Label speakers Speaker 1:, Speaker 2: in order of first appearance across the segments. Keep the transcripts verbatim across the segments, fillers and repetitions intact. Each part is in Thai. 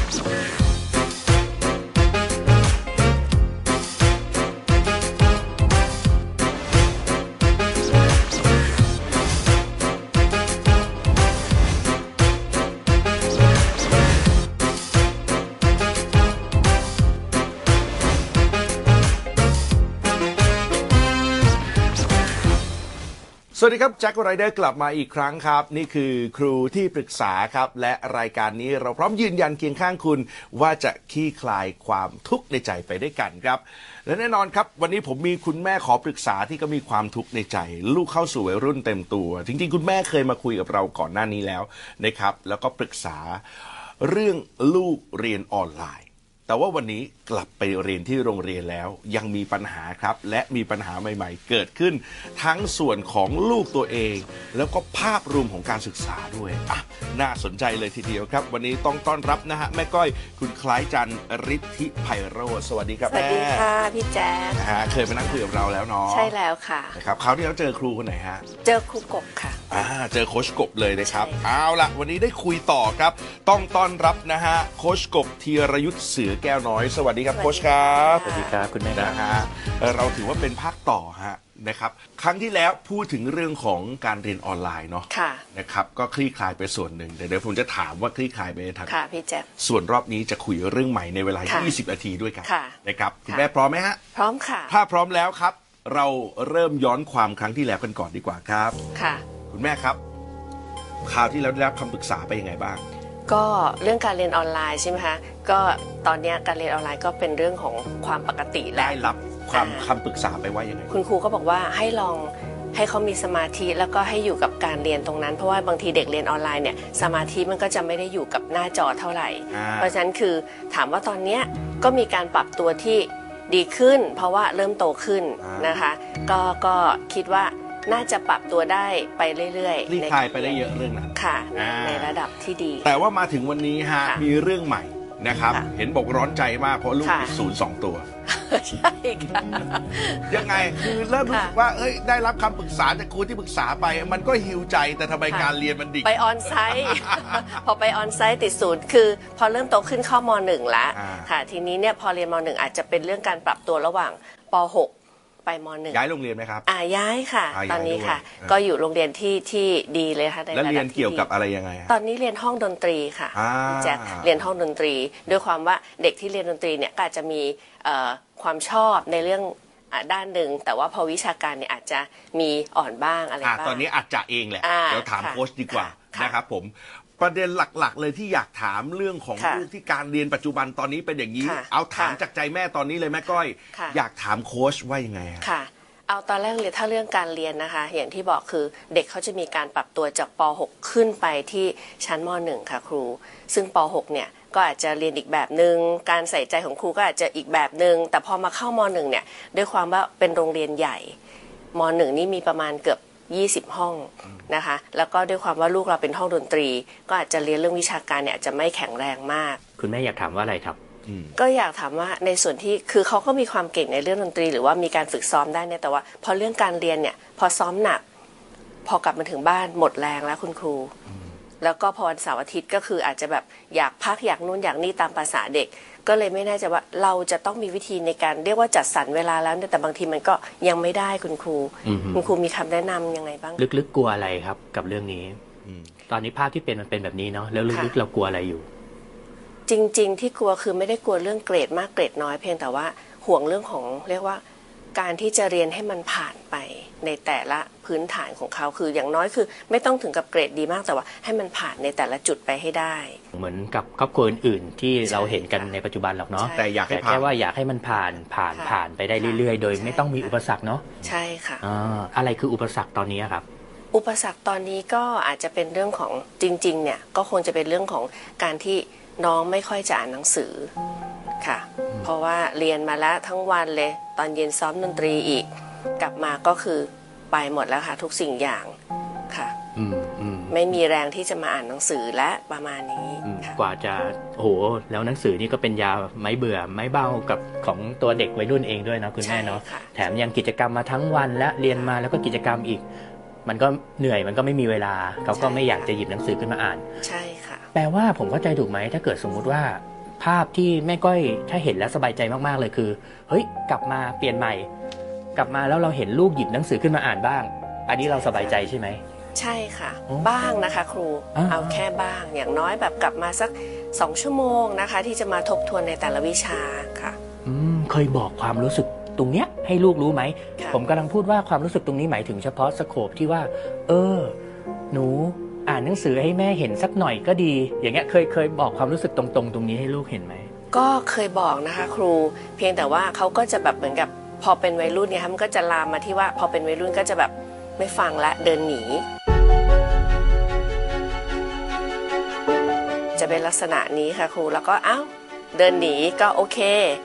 Speaker 1: สวัสดีครับแจ็คไรเดอร์กลับมาอีกครั้งครับนี่คือครูที่ปรึกษาครับและรายการนี้เราพร้อมยืนยันเคียงข้างคุณว่าจะคลี่คลายความทุกข์ในใจไปด้วยกันครับและแน่นอนครับวันนี้ผมมีคุณแม่ขอปรึกษาที่ก็มีความทุกข์ในใจลูกเข้าสู่วัยรุ่นเต็มตัวจริงๆคุณแม่เคยมาคุยกับเราก่อนหน้านี้แล้วนะครับแล้วก็ปรึกษาเรื่องลูกเรียนออนไลน์แต่ว่าวันนี้กลับไปเรียนที่โรงเรียนแล้วยังมีปัญหาครับและมีปัญหาใหม่ๆเกิดขึ้นทั้งส่วนของลูกตัวเองแล้วก็ภาพรวมของการศึกษาด้วยอ่ะน่าสนใจเลยทีเดียวครับวันนี้ต้องต้อนรับนะฮะแม่ก้อยคุณคล้ายจันทร์ฤทธิไพโรจน์สวัสดีครับแม่
Speaker 2: สวัสดีค่ะพี่แจ๊ค
Speaker 1: นะฮะเคยมานั่งคุยกับเราแล้วเนาะ
Speaker 2: ใช่แล้วค่ะ
Speaker 1: นะครับคราวที่แล้วเจอครูคนไหนฮะ
Speaker 2: เจอครูกบค่ะ
Speaker 1: อ่าเจอโค้ชกบเลยนะครับเอาล่ะวันนี้ได้คุยต่อครับต้องต้อนรับนะฮะโค้ชกบธีรยุทธเสือแก้วน้อยสวัสดีครับโค้ชครับ
Speaker 3: สวัสดีครับคุณแม่
Speaker 1: นะฮะเราถือว่าเป็นภาคต่อฮะนะครับครั้งที่แล้วพูดถึงเรื่องของการเรียนออนไลน์เนาะนะครับก็คลี่คลายไปส่วนหนึ่งเดี๋ยวผมจะถามว่าคลี่คลายไปทาง
Speaker 2: ค่ะพี่แจ๊ค
Speaker 1: ส่วนรอบนี้จะคุยเรื่องใหม่ในเวลายี่สิบนาทีด้วยกันนะครับคุณแม่พร้อมไหมฮะ
Speaker 2: พร้อมค่ะ
Speaker 1: ถ้าพร้อมแล้วครับเราเริ่มย้อนความครั้งที่แล้วกันก่อนดีกว่าครับ
Speaker 2: ค่ะ
Speaker 1: คุณแม่ครับคราวที่แล้วได้รับคำปรึกษาไปยังไงบ้าง
Speaker 2: ก็เรื่องการเรียนออนไลน์ใช่ไหมคะก็ตอนนี้การเรียนออนไลน์ก็เป็นเรื่องของความปกติแล้ว
Speaker 1: ได้รับความคำปรึกษาไปว่ายังไง
Speaker 2: คุณครูก็บอกว่าให้ลองให้เขามีสมาธิแล้วก็ให้อยู่กับการเรียนตรงนั้นเพราะว่าบางทีเด็กเรียนออนไลน์เนี่ยสมาธิมันก็จะไม่ได้อยู่กับหน้าจอเท่าไหร่เพราะฉะนั้นคือถามว่าตอนนี้ก็มีการปรับตัวที่ดีขึ้นเพราะว่าเริ่มโตขึ้นนะคะก็ก็คิดว่าน่าจะปรับตัวได้ไปเรื่อย
Speaker 1: ๆคลี่คลายไปได้เยอะเรื่องนั้น
Speaker 2: ค่ะในระดับที่ดี
Speaker 1: แต่ว่ามาถึงวันนี้ฮะมีเรื่องใหม่นะครับเห็นบอกร้อนใจมากเพราะลูกศูนย์สองตัว
Speaker 2: ใช่ค่ะ
Speaker 1: ยังไงคือเริ่มรู้สึกว่าเอ้ยได้รับคำปรึกษาจากครูที่ปรึกษาไปมันก็ฮิวใจแต่ทำไมการเรียนมันดิ่ง
Speaker 2: ไปออนไซต์พอไปออนไซต์ติดศูนย์คือพอเริ่มโตขึ้นเข้ามหนึ่งแล้วค่ะทีนี้เนี่ยพอเรียนมหนึ่งอาจจะเป็นเรื่องการปรับตัวระหว่างปหกไปมหนึ่ง
Speaker 1: ย้ายโรงเรียนไหมครับ
Speaker 2: อ่าย้ายค่ะตอนนี้ค่ะก็อยู่โรงเรียนที่ที่ดีเลยค่ะ
Speaker 1: แล้วเรียนเกี่ยวกับอะไรยังไง
Speaker 2: ตอนนี้เรียนห้องดนตรีค่ะแจ๊คเรียนห้องดนตรีด้วยความว่าเด็กที่เรียนดนตรีเนี่ยก็อาจจะมีความชอบในเรื่องด้านหนึ่งแต่ว่าพอวิชาการเนี่ยอาจจะมีอ่อนบ้างอะไรบ้าง
Speaker 1: ตอนนี้อาจจะเองแหละเดี๋ยวถามโค้ชดีกว่านะครับผมประเด็นหลักๆเลยที่อยากถามเรื่องของลูกที่การเรียนปัจจุบันตอนนี้เป็นอย่างนี้เอาถามจากใจแม่ตอนนี้เลยแม่ก้อยอยากถามโค้ชว่ายังไง
Speaker 2: ค่ะเอาตอนแรกเลยถ้าเรื่องการเรียนนะคะอย่างที่บอกคือเด็กเขาจะมีการปรับตัวจากปหกขึ้นไปที่ชั้นมหนึ่งค่ะครูซึ่งปหกเนี่ยก็อาจจะเรียนอีกแบบหนึ่งการใส่ใจของครูก็อาจจะอีกแบบหนึ่งแต่พอมาเข้ามหนึ่งเนี่ยด้วยความว่าเป็นโรงเรียนใหญ่มหนึ่งนี่มีประมาณเกือบยี่สิบห้องนะคะแล้วก็ด้วยความว่าลูกเราเป็นห้องดนตรีก็อาจจะเรียนเรื่องวิชาการเนี่ยอาจจะไม่แข็งแรงมาก
Speaker 3: คุณแม่อยากถามว่าอะไรครับ
Speaker 2: ก็อยากถามว่าในส่วนที่คือเขาก็มีความเก่งในเรื่องดนตรีหรือว่ามีการฝึกซ้อมได้เนี่ยแต่ว่าพอเรื่องการเรียนเนี่ยพอซ้อมหนักพอกลับมาถึงบ้านหมดแรงแล้วคุณครูแล้วก็พอวันเสาร์อาทิตย์ก็คืออาจจะแบบอยากพักอยากนู่นอยากนี่ตามภาษาเด็กก็เลยไม่แน่ใจว่าเราจะต้องมีวิธีในการเรียกว่าจัดสรรเวลาแล้วแต่บางทีมันก็ยังไม่ได้คุณครูคุณครูมีคำแนะนำยังไงบ้าง
Speaker 3: ลึกๆกลัวอะไรครับกับเรื่องนี้ตอนนี้ภาพที่เป็นมันเป็นแบบนี้เนาะแล้วลึกๆเรากลัวอะไรอยู่
Speaker 2: จริงๆที่กลัวคือไม่ได้กลัวเรื่องเกรดมากเกรดน้อยเพียงแต่ว่าห่วงเรื่องของเรียกว่าการที่จะเรียนให้มันผ่านไปในแต่ละพื้นฐานของเขาคืออย่างน้อยคือไม่ต้องถึงกับเกรดดีมากแต่ว่าให้มันผ่านในแต่ละจุดไปให้ได้
Speaker 3: เหมือนกับครอบครัวอื่นๆที่เราเห็นกันในปัจจุบันหรอกเนาะ
Speaker 1: แต่อยากให้
Speaker 3: แค่ว่าอยากให้มันผ่านผ่านผ่านไปได้เรื่อยๆโดยไม่ต้องมีอุปสรรคเนาะ
Speaker 2: ใช่ค่ะ
Speaker 3: อะไรคืออุปสรรคตอนนี้ครับ
Speaker 2: อุปสรรคตอนนี้ก็อาจจะเป็นเรื่องของจริงๆเนี่ยก็คงจะเป็นเรื่องของการที่น้องไม่ค่อยจะอ่านหนังสือค่ะเพราะว่าเรียนมาแล้วทั้งวันเลยตอนเย็นซ้อมดนตรีอีกกลับมาก็คือไปหมดแล้วค่ะทุกสิ่งอย่างค่ะไม่มีแรงที่จะมาอ่านหนังสือและประมาณนี้
Speaker 3: กว่าจะโหแล้วหนังสือนี่ก็เป็นยาไม้เบื่อไม้เบากับของตัวเด็กวัยรุ่นเองด้วยนะคุณแม่เนาะแถมยังกิจกรรมมาทั้งวันและเรียนมาแล้วก็กิจกรรมอีกมันก็เหนื่อยมันก็ไม่มีเวลาเขาก็ไม่อยากจะหยิบหนังสือขึ้นมาอ่าน
Speaker 2: ใช่ค่ะ
Speaker 3: แปลว่าผมเข้าใจถูกไหมถ้าเกิดสมมุติว่าภาพที่แม่ก้อยถ้าเห็นแล้วสบายใจมากๆเลยคือเฮ้ยกลับมาเปลี่ยนใหม่กลับมาแล้วเราเห็นลูกหยิบหนังสือขึ้นมาอ่านบ้างอันนี้เราสบายใจใช่ไหม
Speaker 2: ใช่ค่ะบ้างนะคะครูเอาแค่บ้างอย่างน้อยแบบกลับมาสักสองชั่วโมงนะคะที่จะมาทบทวนในแต่ละวิชาค่ะ
Speaker 3: อืมเคยบอกความรู้สึกตรงเนี้ยให้ลูกรู้ไหมผมกำลังพูดว่าความรู้สึกตรงนี้หมายถึงเฉพาะสโคปที่ว่าเออหนูอ่านหนังสือให้แม่เห็นสักหน่อยก็ดีอย่างเงี้ยเคยเคยบอกความรู้สึกตรงๆตรงนี้ให้ลูกเห็นไหม
Speaker 2: ก็เคยบอกนะคะครูเพียงแต่ว่าเขาก็จะแบบเหมือนกับพอเป็นวัยรุ่นเนี่ยมันก็จะลามมาที่ว่าพอเป็นวัยรุ่นก็จะแบบไม่ฟังละเดินหนีจะเป็นลักษณะนี้ค่ะครูแล้วก็เอ้าเดินหนีก็โอเค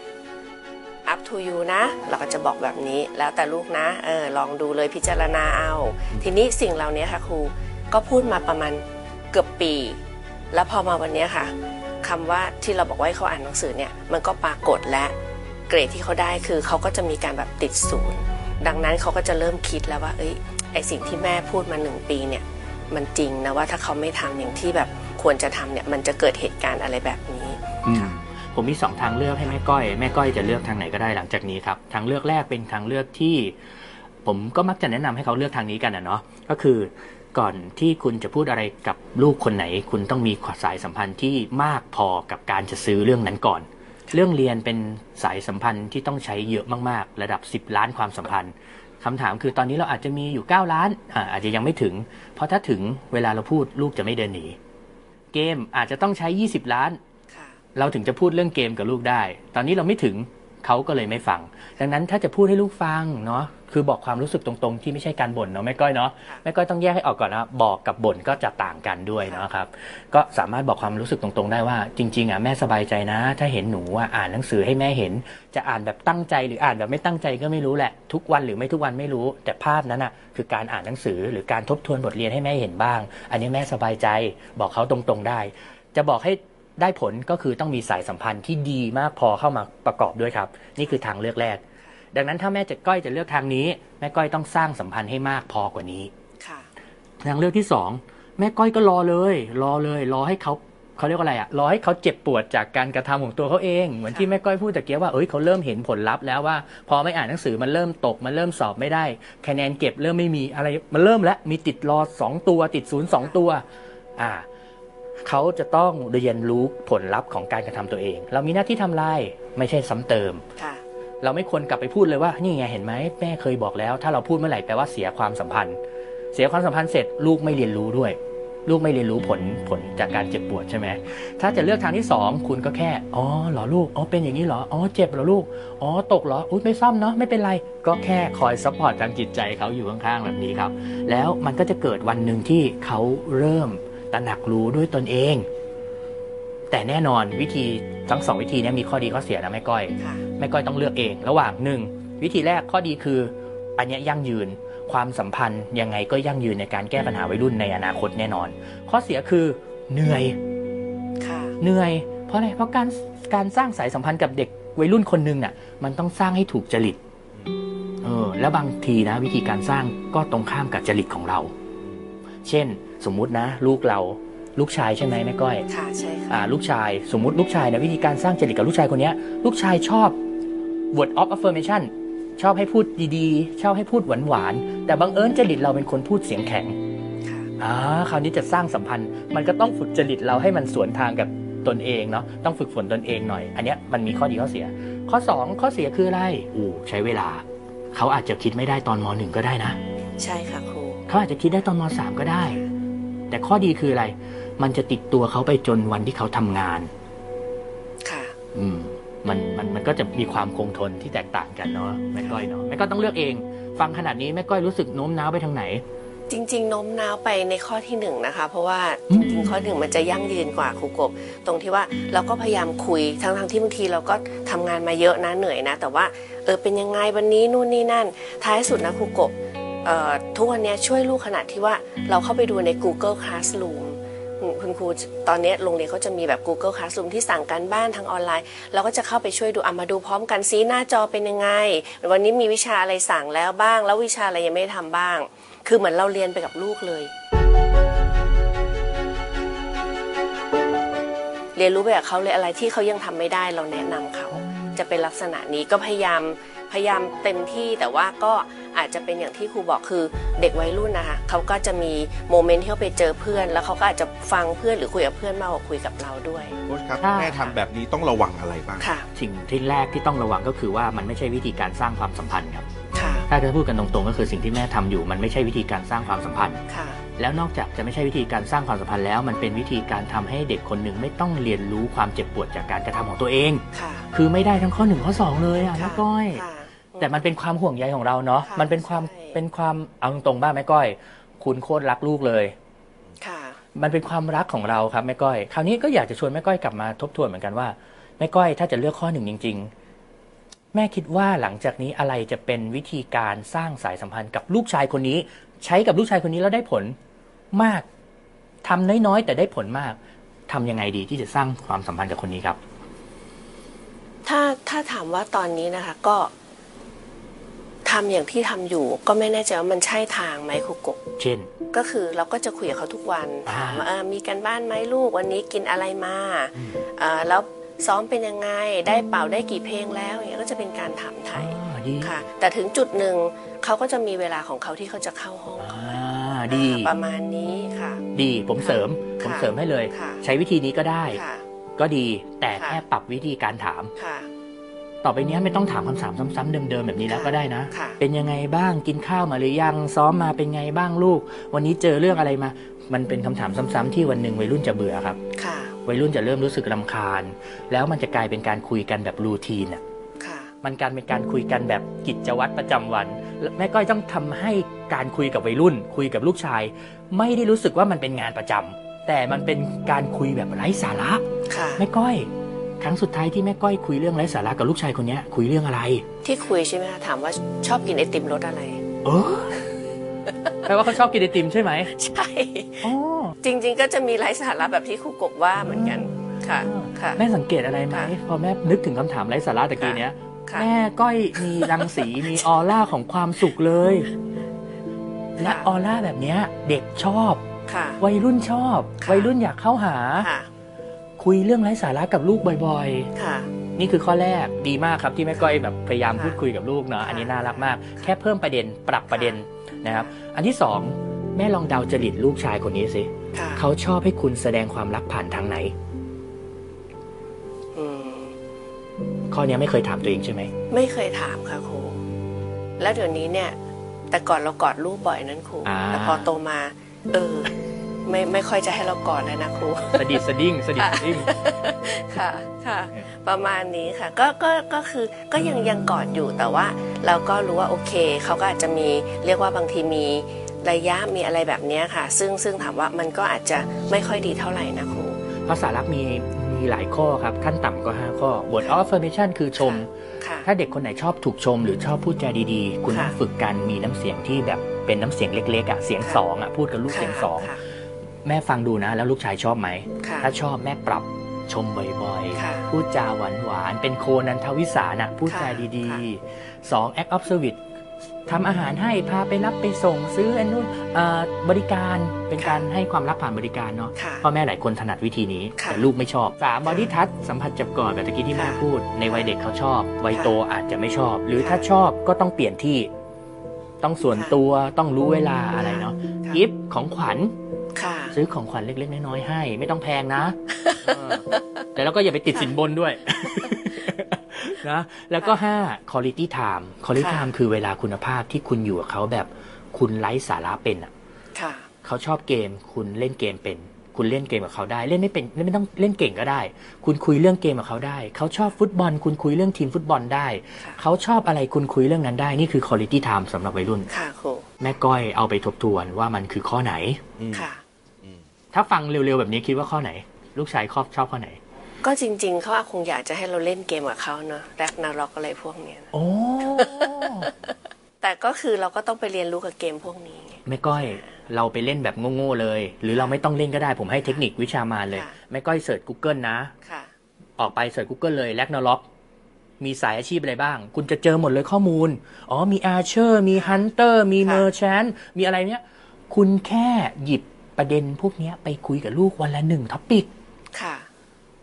Speaker 2: up to you นะเราก็จะบอกแบบนี้แล้วแต่ลูกนะเออลองดูเลยพิจารณาเอาทีนี้สิ่งเหล่านี้ค่ะครูก็พูดมาประมาณเกือบปีแล้วพอมาวันนี้ค่ะคำว่าที่เราบอกว่าให้เขาอ่านหนังสือเนี่ยมันก็ปรากฏและเกรดที่เขาได้คือเขาก็จะมีการแบบติดศูนย์ดังนั้นเขาก็จะเริ่มคิดแล้วว่าเอ้ยไอสิ่งที่แม่พูดมาหนึ่งปีเนี่ยมันจริงนะว่าถ้าเขาไม่ทำอย่างที่แบบควรจะทำเนี่ยมันจะเกิดเหตุการณ์อะไรแบบนี้
Speaker 3: ผมมีสองทางเลือกให้แม่ก้อยแม่ก้อยจะเลือกทางไหนก็ได้หลังจากนี้ครับทางเลือกแรกเป็นทางเลือกที่ผมก็มักจะแนะนำให้เขาเลือกทางนี้กันนะเนาะก็คือก่อนที่คุณจะพูดอะไรกับลูกคนไหนคุณต้องมีสายสัมพันธ์ที่มากพอกับการจะซื้อเรื่องนั้นก่อนเรื่องเรียนเป็นสายสัมพันธ์ที่ต้องใช้เยอะมากๆระดับสิบล้านความสัมพันธ์คำถามคือตอนนี้เราอาจจะมีอยู่เก้าล้านอ่าอาจจะยังไม่ถึงเพราะถ้าถึงเวลาเราพูดลูกจะไม่เดินหนีเกมอาจจะต้องใช้ยี่สิบล้านเราถึงจะพูดเรื่องเกมกับลูกได้ตอนนี้เราไม่ถึงเขาก็เลยไม่ฟังดังนั้นถ้าจะพูดให้ลูกฟังเนาะคือบอกความรู้สึกตรงๆที่ไม่ใช่การบ่นเนาะแม่ก้อยเนาะแม่ก้อยต้องแยกให้ออกก่อนนะบอกกับบ่นก็จะต่างกันด้วยนะครับก็สามารถบอกความรู้สึกตรงๆได้ว่าจริงๆอ่ะแม่สบายใจนะถ้าเห็นหนูว่าอ่านหนังสือให้แม่เห็นจะอ่านแบบตั้งใจหรืออ่านแบบไม่ตั้งใจก็ไม่รู้แหละทุกวันหรือไม่ทุกวันไม่รู้แต่ภาพนั้นอ่ะคือการอ่านหนังสือหรือการทบทวนบทเรียนให้แม่เห็นบ้างอันนี้แม่สบายใจบอกเขาตรงๆได้จะบอกให้ได้ผลก็คือต้องมีสายสัมพันธ์ที่ดีมากพอเข้ามาประกอบด้วยครับนี่คือทางเลือกแรกดังนั้นถ้าแม่จะก้อยจะเลือกทางนี้แม่ก้อยต้องสร้างสัมพันธ์ให้มากพอกว่านี้ทางเลือกที่สองแม่ก้อยก็รอเลยรอเลยรอให้เขาเขาเรียกว่าอะไรอะรอให้เขาเจ็บปวดจากการกระทำของตัวเขาเองเหมือนที่แม่ก้อยพูดตะเกียบว่าเอ้ยเขาเริ่มเห็นผลลัพธ์แล้วว่าพอไม่อ่านหนังสือมันเริ่มตกมันเริ่มสอบไม่ได้คะแนนเก็บเริ่มไม่มีอะไรมันเริ่มแล้วมีติดรอสองตัวติดศูนย์สองตัวอ่าเขาจะต้องเรียนรู้ผลลัพธ์ของการกระทำตัวเองเรามีหน้าที่ทำลายไม่ใช่ซ้ำเติมเราไม่ควรกลับไปพูดเลยว่านี่ไงเห็นไหมแม่เคยบอกแล้วถ้าเราพูดเมื่อไหร่แปลว่าเสียความสัมพันธ์เสียความสัมพันธ์เสร็จลูกไม่เรียนรู้ด้วยลูกไม่เรียนรู้ผลผลจากการเจ็บปวดใช่ไหมถ้าจะเลือกทางที่สองคุณก็แค่อ๋อเหรอลูกอ๋อเป็นอย่างนี้เหรออ๋อเจ็บเหรอลูกอ๋อตกเหรออุ๊ยไม่ซ่อมเนาะไม่เป็นไรก็แค่คอยซัพพอร์ตทางจิตใจเขาอยู่ข้างๆแบบนี้ครับแล้วมันก็จะเกิดวันหนึ่งที่เขาเริ่มตระหนักรู้ด้วยตนเองแต่แน่นอนวิธีทั้งสองวิธีนี้มีข้อดีข้อเสียนะแม่ก้อยแม่ก้อยต้องเลือกเองระหว่างหนึ่งวิธีแรกข้อดีคืออันนี้ยั่งยืนความสัมพันธ์ยังไงก็ยั่งยืนในการแก้ปัญหาวัยรุ่นในอนาคตแน่นอนข้อเสียคือเหนื่อยเหนื่อยเพราะอะไรเพราะการการสร้างสายสัมพันธ์กับเด็กวัยรุ่นคนนึงน่ะมันต้องสร้างให้ถูกจริตเออแล้วบางทีนะวิธีการสร้างก็ตรงข้ามกับจริตของเราเช่นสมมุตินะลูกเราลูกชายใช่ไหมแม่ก้อย
Speaker 2: ค่ะใช่ค่ะ
Speaker 3: อ่าลูกชายสมมุติลูกชายนะวิธีการสร้างจริตกับลูกชายคนนี้ลูกชายชอบ word of affirmation ชอบให้พูดดีๆชอบให้พูดหวานๆแต่บังเอิญจริตเราเป็นคนพูดเสียงแข็งอ่าคราวนี้จะสร้างสัมพันธ์มันก็ต้องฝึกจริตเราให้มันสวนทางกับตนเองเนาะต้องฝึกฝนตนเองหน่อยอันเนี้ยมันมีข้อดีข้อเสียข้อสองข้อเสียคืออะไรอู้ใช้เวลาเขาอาจจะคิดไม่ได้ตอนม.หนึ่ง ก็ได้นะ
Speaker 2: ใช่ค่ะครู
Speaker 3: เขาอาจจะคิดได้ตอนม.สาม ก็ได้แต่ข้อดีคืออะไรมันจะติดตัวเขาไปจนวันที่เขาทำงาน
Speaker 2: ค่ะ
Speaker 3: อืมมันมันมันก็จะมีความคงทนที่แตกต่างกันเนาะแม่ก้อยเนาะแม่ก้อยต้องเลือกเองฟังขนาดนี้แม่ก้อยรู้สึกโน้มน้าวไปทางไหน
Speaker 2: จริงๆโน้มน้าวไปในข้อที่หนึ่งนะคะเพราะว่าจริงๆข้อหนึ่งมันจะยั่งยืนกว่าครูกบตรงที่ว่าเราก็พยายามคุยทั้งทั้งที่บางทีเราก็ทำงานมาเยอะนะเหนื่อยนะแต่ว่าเออเป็นยังไงวันนี้นู่นนี่นั่นท้ายสุดนะครูกบเอ่อทุกวันนี้ช่วยลูกขนาดที่ว่าเราเข้าไปดูใน Google Classroomคุณครูตอนนี้โรงเรียนเขาจะมีแบบ Google Classroom ที่สั่งการบ้านทางออนไลน์เราก็จะเข้าไปช่วยดูเอามาดูพร้อมกันซิหน้าจอเป็นยังไงวันนี้มีวิชาอะไรสั่งแล้วบ้างแล้ววิชาอะไรยังไม่ทำบ้างคือเหมือนเราเรียนไปกับลูกเลยเรียนรู้ไปกับเขาเลยอะไรที่เขายังทำไม่ได้เราแนะนำเขาจะเป็นลักษณะนี้ก็พยายามพยายามเต็มที่แต่ว่าก็อาจจะเป็นอย่างที่ครูบอกคือเด็กวัยรุ่นนะคะเขาก็จะมีโมเมนต์ที่เขาไปเจอเพื่อนแล้วเขาก็อาจจะฟังเพื่อนหรือคุยกับเพื่อนมากกว่าคุยกับเราด้วย
Speaker 1: โค้ชครับแม่ทำแบบนี้ต้องระวังอะไรบ้าง
Speaker 2: ค่ะ
Speaker 3: สิ่งที่แรกที่ต้องระวังก็คือว่ามันไม่ใช่วิธีการสร้างความสัมพันธ์ครับ
Speaker 2: ค่ะ
Speaker 3: ถ้าจะพูดกันตรงๆก็คือสิ่งที่แม่ทำอยู่มันไม่ใช่วิธีการสร้างความสัมพันธ์
Speaker 2: ค่ะ
Speaker 3: แล้วนอกจากจะไม่ใช่วิธีการสร้างความสัมพันธ์แล้วมันเป็นวิธีการทำให้เด็กคนหนึ่งไม่ต้องเรียนรู้ความเจ็บปวดจากการกระทำของตัวเอง
Speaker 2: ค่ะ
Speaker 3: คือไม่ได้ทั้งข้อหนึ่งข้อสองเลยอ่ะแม่ก้อยแต่มันเป็นความห่วงใยของเราเนาะมันเป็นความเป็นความเอาตรงๆบ้างแม่ก้อยคุณโคตรรักลูกเลย
Speaker 2: ค่ะ
Speaker 3: มันเป็นความรักของเราครับแม่ก้อยคราวนี้ก็อยากจะชวนแม่ก้อยกลับมาทบทวนเหมือนกันว่าแม่ก้อยถ้าจะเลือกข้อหนึ่งจริงๆแม่คิดว่าหลังจากนี้อะไรจะเป็นวิธีการสร้างสายสัมพันธ์กับลูกชายคนนี้ใช้กับลูกชายคนนี้แล้วได้ผลมากทำน้อยๆแต่ได้ผลมากทำยังไงดีที่จะสร้างความสัมพันธ์กับคนนี้ครับ
Speaker 2: ถ้าถ้าถามว่าตอนนี้นะคะก็ทำอย่างที่ทำอยู่ก็ไม่แน่ใจว่ามันใช่ทางไหมครูกบ
Speaker 3: เช่น
Speaker 2: ก็คือเราก็จะคุยกับเขาทุกวันถามว่ามีกันบ้านไหมลูกวันนี้กินอะไรมาแล้วซ้อมเป็นยังไงได้เป่าได้กี่เพลงแล้วอย่างนี้ก็จะเป็นการถามไถ่ค่ะแต่ถึงจุดหนึ่งเขาก็จะมีเวลาของเขาที่เขาจะเข้าห้อง
Speaker 3: ดี
Speaker 2: ประมาณนี้ค่ะ
Speaker 3: ดีผมเสริมผมเสริมให้เลยใช้วิธีนี้ก็ได้ก็ดีแต่แค่ปรับวิธีการถามต่อไปนี้ไม่ต้องถามคำถามซ้ำๆเดิมๆแบบนี้แล้วก็ได้นะเป็นยังไงบ้างกินข้าวมาหรือยังซ้อมมาเป็นไงบ้างลูกวันนี้เจอเรื่องอะไรมามันเป็นคำถามซ้ำๆที่วันหนึ่งวัยรุ่นจะเบื่อครับวัยรุ่นจะเริ่มรู้สึกรำคาญแล้วมันจะกลายเป็นการคุยกันแบบรูทีนอ่ะมันการเป็นการคุยกันแบบกิจวัตรประจำวันแม่ก้อยต้องทำให้การคุยกับวัยรุ่นคุยกับลูกชายไม่ได้รู้สึกว่ามันเป็นงานประจำแต่มันเป็นการคุยแบบไร้สาระแม่ก้อยครั้งสุดท้ายที่แม่ก้อยคุยเรื่องไร้สาระกับลูกชายคนนี้คุยเรื่องอะไร
Speaker 2: ที่คุยใช่ไหมคะถามว่าชอบกินไอติมรสอะไร
Speaker 3: เออแปลว่าเขาชอบกินไอติมใช่ไหม
Speaker 2: ใช่จริงๆก็จะมีไร้สาระแบบที่ครูกบว่าเหมือนกันค่ะค่ะ
Speaker 3: แม่สังเกตอะไรไหมพอแม่นึกถึงคำถามไร้สาระตะกี้เนี้ยแม่ก้อยมีรังสีมีออร่าของความสุขเลยและออร่าแบบนี้เด็กชอบวัยรุ่นชอบวัยรุ่นอยากเข้าหาคุยเรื่องไร้สาระกับลูกบ่อยๆนี่คือข้อแรกดีมากครับที่แม่ก้อยแบบพยายามพูดคุยกับลูกเนาะอันนี้น่ารักมากแค่เพิ่มประเด็นปรับประเด็นนะครับอันที่สองแม่ลองเดาจริตลูกชายคนนี้สิเขาชอบให้คุณแสดงความรักผ่านทางไหนข้อนี้ไม่เคยถามตัวเองใช่ไหม
Speaker 2: ไม่เคยถามค่ะครูแล้วเดี๋ยวนี้เนี่ยแต่ก่อนเรากอดลูกบ่อยนั้นครูแต่พอโตมาเออไม่ไม่ค่อยจะให้เรากอดเลยนะครู
Speaker 3: สดิดสดิ้งสดิดสดิ้ง
Speaker 2: ค่ะค่ะประมาณนี้ค่ะก็ก็ก็คือก็ยังยังกอดอยู่แต่ว่าเราก็รู้ว่าโอเคเขาก็อาจจะมีเรียกว่าบางทีมีระยะมีอะไรแบบนี้ค่ะซึ่งซึ่งถามว่ามันก็อาจจะไม่ค่อยดีเท่าไหร่นะครู
Speaker 3: ภาษารักมีมีหลายข้อครับขั้นต่ำก็ห้าข้อ word of affirmation คือชมถ้าเด็กคนไหนชอบถูกชมหรือชอบพูดจาดีๆคุณต้องฝึกการมีน้ำเสียงที่แบบเป็นน้ำเสียงเล็กๆอ่ะเสียงสองอ่ะพูดกับลูกเสียงสองแม่ฟังดูนะแล้วลูกชายชอบไหมถ้าชอบแม่ปรับชมบ่อยๆพูดจาหวานๆเป็นโคนันทวิสานะพูดจาดีๆสอง act of service ทำอาหารให้พาไปรับไปส่งซื้ออันนู้นบริการเป็นการให้ความรักผ่านบริการเนาะพ่อแม่หลายคนถนัดวิธีนี้แต่ลูกไม่ชอบสาม body touch สัมผัสจับกอดแบบตะกี้ที่แม่พูดในวัยเด็กเขาชอบวัยโตอาจจะไม่ชอบหรือถ้าชอบก็ต้องเปลี่ยนที่ต้องส่วนตัวต้องรู้เวลาอะไรเนาะกิฟต์ของขวัญซื้อของขวัญเล็กๆน้อยๆให้ไม่ต้องแพงนะแต่แล้วก็อย่าไปติดสินบนด้วยนะแล้วก็ห้า quality time quality time คือเวลาคุณภาพที่คุณอยู่กับเขาแบบคุณไร้สาระเป็นอ่ะเขาชอบเกมคุณเล่นเกมเป็นคุณเล่นเกมกับเขาได้เล่นไม่เป็นไม่ต้องเล่นเก่งก็ได้คุณคุยเรื่องเกมกับเขาได้เขาชอบฟุตบอลคุณคุยเรื่องทีมฟุตบอลได้เขาชอบอะไรคุณคุยเรื่องนั้นได้นี่คือ quality time สำหรับวัยรุ่นแม่ก้อยเอาไปทบทวนว่ามันคือข้อไหนถ้าฟังเร็วๆแบบนี้คิดว่าข้อไหนลูกชายชอบชอบข้อไหน
Speaker 2: ก็จริงๆเขาคงอยากจะให้เราเล่นเกมกับเขาเนอะแร็กนาร็อกอะไรพวกเนี้ย
Speaker 3: โอ้
Speaker 2: แต่ก็คือเราก็ต้องไปเรียนรู้กับเกมพวกนี้
Speaker 3: แม่ก้อยเราไปเล่นแบบโง่ๆเลยหรือเราไม่ต้องเล่นก็ได้ผมให้เทคนิควิชามารเลยแม่ก้อยเสิร์ช Google นะออกไปเสิร์ช Google เลยแร็กนาร็อกมีสายอาชีพอะไรบ้างคุณจะเจอหมดเลยข้อมูลอ๋อมีอาร์เชอร์มีฮันเตอร์มีเมอร์แชนต์มีอะไรเนี้ยคุณแค่หยิบประเด็นพวกนี้ไปคุยกับลูกวันละหนึ่งท็อปิก
Speaker 2: ค่ะ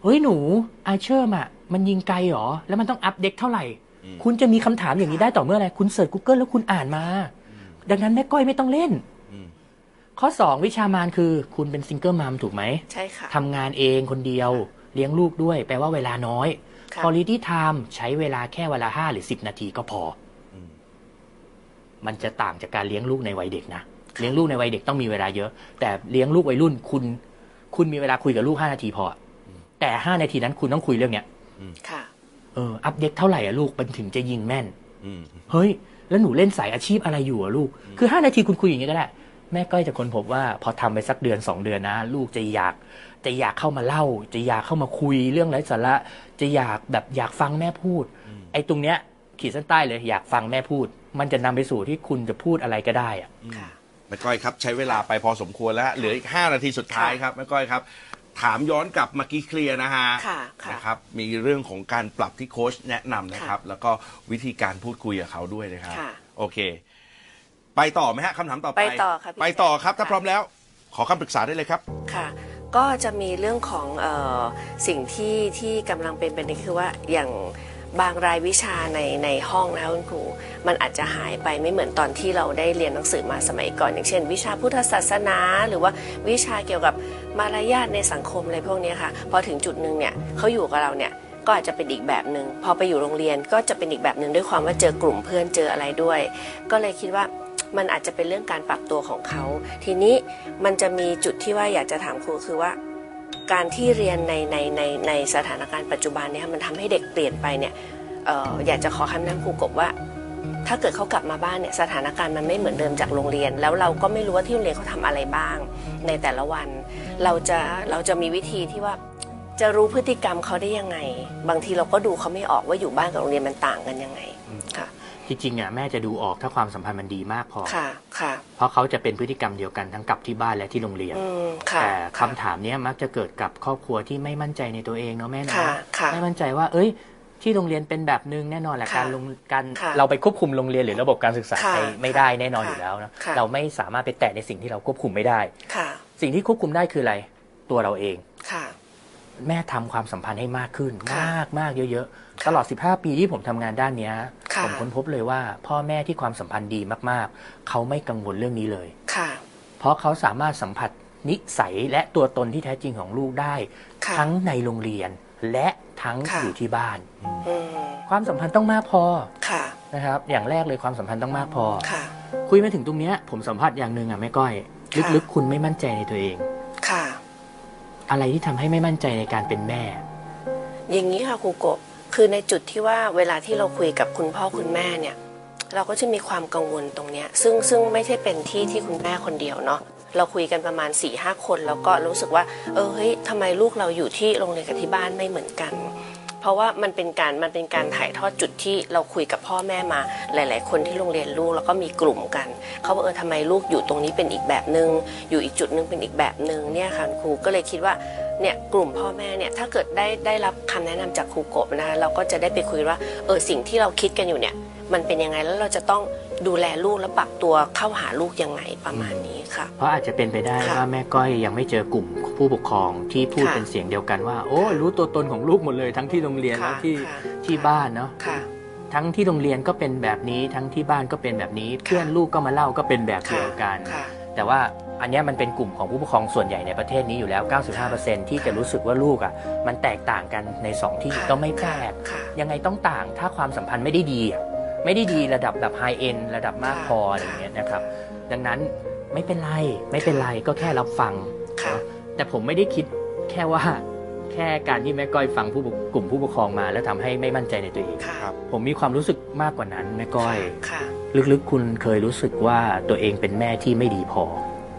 Speaker 3: เฮ้ยหนูอาเชอร์อะมันยิงไกลหรอแล้วมันต้องอัพเด็กเท่าไหร่คุณจะมีคำถามอย่างนี้ได้ต่อเมื่ออะไรคุณเสิร์ช Google แล้วคุณอ่านมาดังนั้นแม่ก้อยไม่ต้องเล่นข้อสองวิชามานคือคุณเป็นซิงเกิลมัมถูกไหม
Speaker 2: ใช่ค่ะ
Speaker 3: ทำงานเองคนเดียวเลี้ยงลูกด้วยแปลว่าเวลาน้อย quality time ใช้เวลาแค่เวลาห้าหรือสิบนาทีก็พอมันจะต่างจากการเลี้ยงลูกในวัยเด็กนะเลี้ยงลูกในวัยเด็กต้องมีเวลาเยอะแต่เลี้ยงลูกวัยรุ่นคุณคุณมีเวลาคุยกับลูกห้านาทีพอแต่ห้านาทีนั้นคุณต้องคุยเรื่องเนี้ย
Speaker 2: ค่ะ
Speaker 3: เอออัปเดตเท่าไหร่อะลูกมันถึงจะยิงแม่นเฮ้ยแล้วหนูเล่นสายอาชีพอะไรอยู่อะลูกคือห้านาทีคุณคุยอย่างนี้ก็ได้แม่ก้อยจะค้นพบว่าพอทำไปสักเดือนสองเดือนนะลูกจะอยากจะอยากเข้ามาเล่าจะอยากเข้ามาคุยเรื่องไร้สาระจะอยากแบบอยากฟังแม่พูดไอ้ตรงเนี้ยขีดเส้นใต้เลยอยากฟังแม่พูดมันจะนำไปสู่ที่คุณจะพูดอะไรก็ได้อะ
Speaker 1: แม่ก้อยครับใช้เวลาไปพอสมควรแล้วเหลืออีกห้านาทีสุดท้ายครับแม่ก้อยครับถามย้อนกลับเมื่อกี้เคลียร์นะฮะนะครับมีเรื่องของการปรับที่โค้ชแนะนำนะครับแล้วก็วิธีการพูดคุยกับเขาด้วยนะครับโอเคไปต่อไหมฮะคำถามต่อไป
Speaker 2: ไปต่อครับ
Speaker 1: ไปต่อครับถ้าพร้อมแล้วขอคำปรึกษาได้เลยครับ
Speaker 2: ค่ะก็จะมีเรื่องของเอ่อสิ่งที่ที่กำลังเป็นประเด็นคือว่าอย่างบางรายวิชาในในห้องนะคุณครูมันอาจจะหายไปไม่เหมือนตอนที่เราได้เรียนหนังสือมาสมัยก่อนอย่างเช่นวิชาพุทธศาสนาหรือว่าวิชาเกี่ยวกับมารยาทในสังคมอะไรพวกนี้ค่ะพอถึงจุดหนึ่งเนี่ยเขาอยู่กับเราเนี่ยก็อาจจะเป็นอีกแบบหนึ่งพอไปอยู่โรงเรียนก็จะเป็นอีกแบบหนึ่งด้วยความว่าเจอกลุ่มเพื่อนเจออะไรด้วยก็เลยคิดว่ามันอาจจะเป็นเรื่องการปรับตัวของเขาทีนี้มันจะมีจุดที่ว่าอยากจะถามครูคือว่าการที่เรียนในในในในสถานการณ์ปัจจุบันเนี่ยมันทำให้เด็กเปลี่ยนไปเนี่ยเอ่ออยากจะขอคำแนะนำครูกบว่าถ้าเกิดเขากลับมาบ้านเนี่ยสถานการณ์มันไม่เหมือนเดิมจากโรงเรียนแล้วเราก็ไม่รู้ว่าที่โรงเรียนเขาทำอะไรบ้างในแต่ละวันเราจะเราจะมีวิธีที่ว่าจะรู้พฤติกรรมเขาได้ยังไงบางทีเราก็ดูเขาไม่ออกว่าอยู่บ้านกับโรงเรียนมันต่างกันยังไงค่ะ
Speaker 3: จริงๆอ่ะแม่จะดูออกถ้าความสัมพันธ์มันดีมากพอ
Speaker 2: ค่ะค่ะ
Speaker 3: เพราะเขาจะเป็นพฤติกรรมเดียวกันทั้งกับที่บ้านและที่โรงเรียนแต่คำถามนี้มักจะเกิดกับครอบครัวที่ไม่มั่นใจในตัวเองเนาะแม่เนาะไม่มั่นใจว่าเอ้ยที่โรงเรียนเป็นแบบนึงแน่นอนแหละการลงการเราไปควบคุมโรงเรียนหรือระบบการศึกษาไม่ได้แน่นอนอยู่แล้วนะเราไม่สามารถไปแตะในสิ่งที่เราควบคุมไม่ได้สิ่งที่ควบคุมได้คืออะไรตัวเราเองแม่ทำความสัมพันธ์ให้มากขึ้นมากมากเยอะๆตลอดสิบห้าปีที่ผมทำงานด้านนี้ผมค้นพบเลยว่าพ่อแม่ที่ความสัมพันธ์ดีมากๆเขาไม่กังวลเรื่องนี้เลยเพราะเขาสามารถสัมผัสนิสัยและตัวตนที่แท้จริงของลูกได้ทั้งในโรงเรียนและทั้งอยู่ที่บ้านความสัมพันธ์ต้องมากพอนะครับอย่างแรกเลยความสัมพันธ์ต้องมากพอคุยมาถึงตรงนี้ผมสัมผัสอย่างหนึ่งอ่ะแม่ก้อยลึกๆคุณไม่มั่นใจในตัวเองอะไรที่ทำให้ไม่มั่นใจในการเป็นแม่
Speaker 2: อย่างนี้ค่ะครูกบคือในจุดที่ว่าเวลาที่เราคุยกับคุณพ่อคุณแม่เนี่ยเราก็จะมีความกังวลตรงเนี้ยซึ่งซึ่งไม่ใช่เป็นที่ที่คุณแม่คนเดียวเนาะเราคุยกันประมาณ สี่ห้า คนแล้วก็รู้สึกว่าเออเฮ้ยทำไมลูกเราอยู่ที่โรงเรียนกับที่บ้านไม่เหมือนกันเพราะว่ามันเป็นการมันเป็นการถ่ายทอดจุดที่เราคุยกับพ่อแม่มาหลายๆคนที่โรงเรียนลูกแล้วก็มีกลุ่มกันเขาบอกเออทำไมลูกอยู่ตรงนี้เป็นอีกแบบนึงอยู่อีกจุดนึงเป็นอีกแบบนึงเนี่ยค่ะครูก็เลยคิดว่าเนี่ยกลุ่มพ่อแม่เนี่ยถ้าเกิดได้ได้รับคำแนะนำจากครูกบนะเราก็จะได้ไปคุยว่าเออสิ่งที่เราคิดกันอยู่เนี่ยมันเป็นยังไงแล้วเราจะต้องดูแลลูกและปรับตัวเข้าหาลูกยังไงประมาณนี้ค่ะ
Speaker 3: เพราะอาจจะเป็นไปได้ว่าแม่ก้อยยังไม่เจอกลุ่มผู้ปกครองที่พูดเป็นเสียงเดียวกันว่าโอ้รู้ตัวตนของลูกหมดเลยทั้งที่โรงเรียนและที่ที่บ้านเนาะทั้งที่โรงเรียนก็เป็นแบบนี้ทั้งที่บ้านก็เป็นแบบนี้เพื่อนลูกก็มาเล่าก็เป็นแบบเดียวกันแต่ว่าอันนี้มันเป็นกลุ่มของผู้ปกครองส่วนใหญ่ในประเทศนี้อยู่แล้ว เก้าสิบห้าเปอร์เซ็นต์ ที่จะรู้สึกว่าลูกอ่ะมันแตกต่างกันในสองที่ก็ไม่แปลกยังไงต้องต่างถ้าความสัมพันธ์ไม่ได้ดีไม่ได้ดีระดับแบบไฮเอ็นระดับมากพออะไรอย่างเงี้ยนะครับดังนั้นไม่เป็นไรไม่เป็นไรก็แค่รับฟังแต่ผมไม่ได้คิดแค่ว่าแค่การที่แม่ก้อยฟังผู้กลุ่มผู้ปกครองมาแล้วทำให้ไม่มั่นใจในตัวเองผมมีความรู้สึกมากกว่านั้นแม่ก้อยลึกๆคุณเคยรู้สึกว่าตัวเองเป็นแม่ที่ไม่ดีพอ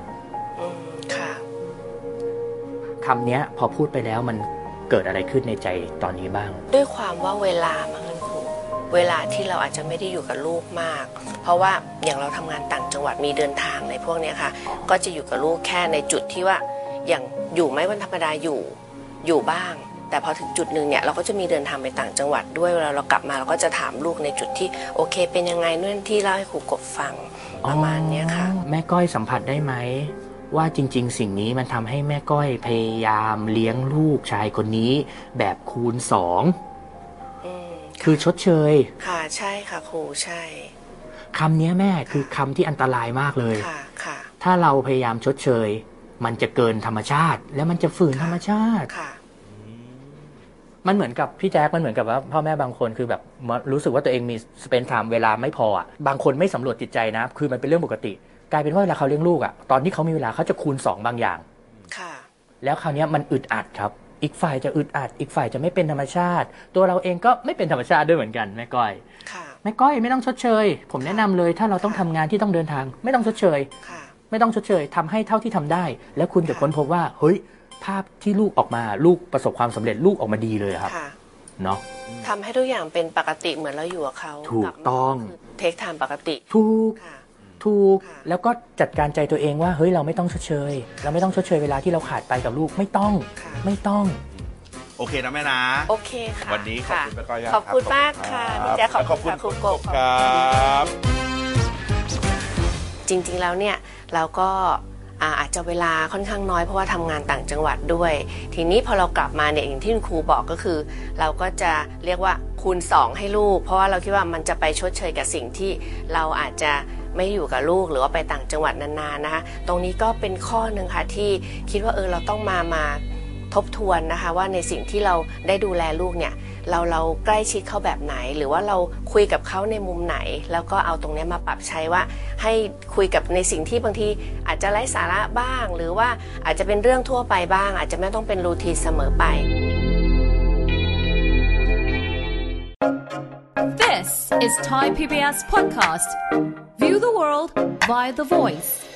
Speaker 3: คำนี้พอพูดไปแล้วมันเกิดอะไรขึ้นในใจตอนนี้บ้าง
Speaker 2: ด้วยความว่าเวลามันเวลาที่เราอาจจะไม่ได้อยู่กับลูกมากเพราะว่าอย่างเราทำงานต่างจังหวัดมีเดินทางในพวกนี้ค่ะก็จะอยู่กับลูกแค่ในจุดที่ว่าอย่างอยู่ไหมวันธรรมดาอยู่อยู่บ้างแต่พอถึงจุดหนึ่งเนี่ยเราก็จะมีเดินทางไปต่างจังหวัดด้วยเวลาเรากลับมาเราก็จะถามลูกในจุดที่โอเคเป็นยังไงนู่นที่เล่าให้ครูกบฟังประมาณนี้ค่ะ
Speaker 3: แม่ก้อยสัมผัสได้ไหมว่าจริงๆสิ่งนี้มันทำให้แม่ก้อยพยายามเลี้ยงลูกชายคนนี้แบบคูณสองคือชดเชย
Speaker 2: ค่ะใช่ค่ะครูใช่
Speaker 3: คำนี้แม่คือคำที่อันตรายมากเลย
Speaker 2: ค่ะค่ะ
Speaker 3: ถ้าเราพยายามชดเชยมันจะเกินธรรมชาติแล้วมันจะฝืนธรรมชาติ
Speaker 2: ค่ะ
Speaker 3: มันเหมือนกับพี่แจ๊คมันเหมือนกับว่าพ่อแม่บางคนคือแบบรู้สึกว่าตัวเองมีสเปนไทม์เวลาไม่พออ่ะบางคนไม่สำรวจจิตใจนะคือมันเป็นเรื่องปกติกลายเป็นว่าเวลาเขาเลี้ยงลูกอ่ะตอนที่เขามีเวลาเขาจะคูณสองบางอย่าง
Speaker 2: ค่ะ
Speaker 3: แล้วคราวนี้มันอึดอัดครับอีกฝ่ายจะอึดอัดอีกฝ่ายจะไม่เป็นธรรมชาติตัวเราเองก็ไม่เป็นธรรมชาติด้วยเหมือนกันแม่ก้อยแม่ก้อยไม่ต้องชดเชยผมแนะนำเลยถ้าเราต้องทำงานที่ต้องเดินทางไม่ต้องชดเชยไม่ต้องชดเชยทำให้เท่าที่ทำได้แล้วคุณจะค้นพบว่าเฮ้ยภาพที่ลูกออกมาลูกประสบความสำเร็จลูกออกมาดีเลยครับเนาะ
Speaker 2: ทำให้ทุกอย่างเป็นปกติเหมือนเราอยู่กับเขา
Speaker 3: ถูกต้อง
Speaker 2: เทคไทม์ปกติ
Speaker 3: ถูกถูกแล้วก็จัดการใจตัวเองว่าเฮ้ยเราไม่ต้องชดเชยเราไม่ต้องชดเชยเวลาที่เราขาดไปกับลูกไม่ต้องไม่ต้อง
Speaker 1: โอเคนะแม่นะ
Speaker 2: โอเคค่ะ
Speaker 1: วันนี้ขอบคุณแม่ก้อย
Speaker 2: ขอบคุณมากค่ะพี่แจ๊คขอบคุณครูกบ
Speaker 1: ครับ
Speaker 2: จริงๆแล้วเนี่ยเราก็อาจจะเวลาค่อนข้างน้อยเพราะว่าทำงานต่างจังหวัดด้วยทีนี้พอเรากลับมาเนี่ยอย่างที่คุณครูบอกก็คือเราก็จะเรียกว่าคูณสองให้ลูกเพราะว่าเราคิดว่ามันจะไปชดเชยกับสิ่งที่เราอาจจะไม่อยู่กับลูกหรือว่าไปต่างจังหวัดนานๆนะคะตรงนี้ก็เป็นข้อหนึ่งค่ะที่คิดว่าเออเราต้องมามาทบทวนนะคะว่าในสิ่งที่เราได้ดูแลลูกเนี่ยเราเราใกล้ชิดเขาแบบไหนหรือว่าเราคุยกับเขาในมุมไหนแล้วก็เอาตรงนี้มาปรับใช้ว่าให้คุยกับในสิ่งที่บางทีอาจจะไร้สาระบ้างหรือว่าอาจจะเป็นเรื่องทั่วไปบ้างอาจจะไม่ต้องเป็นรูทีนเสมอไป
Speaker 4: This is Thai พี บี เอส podcast. View the world via The Voice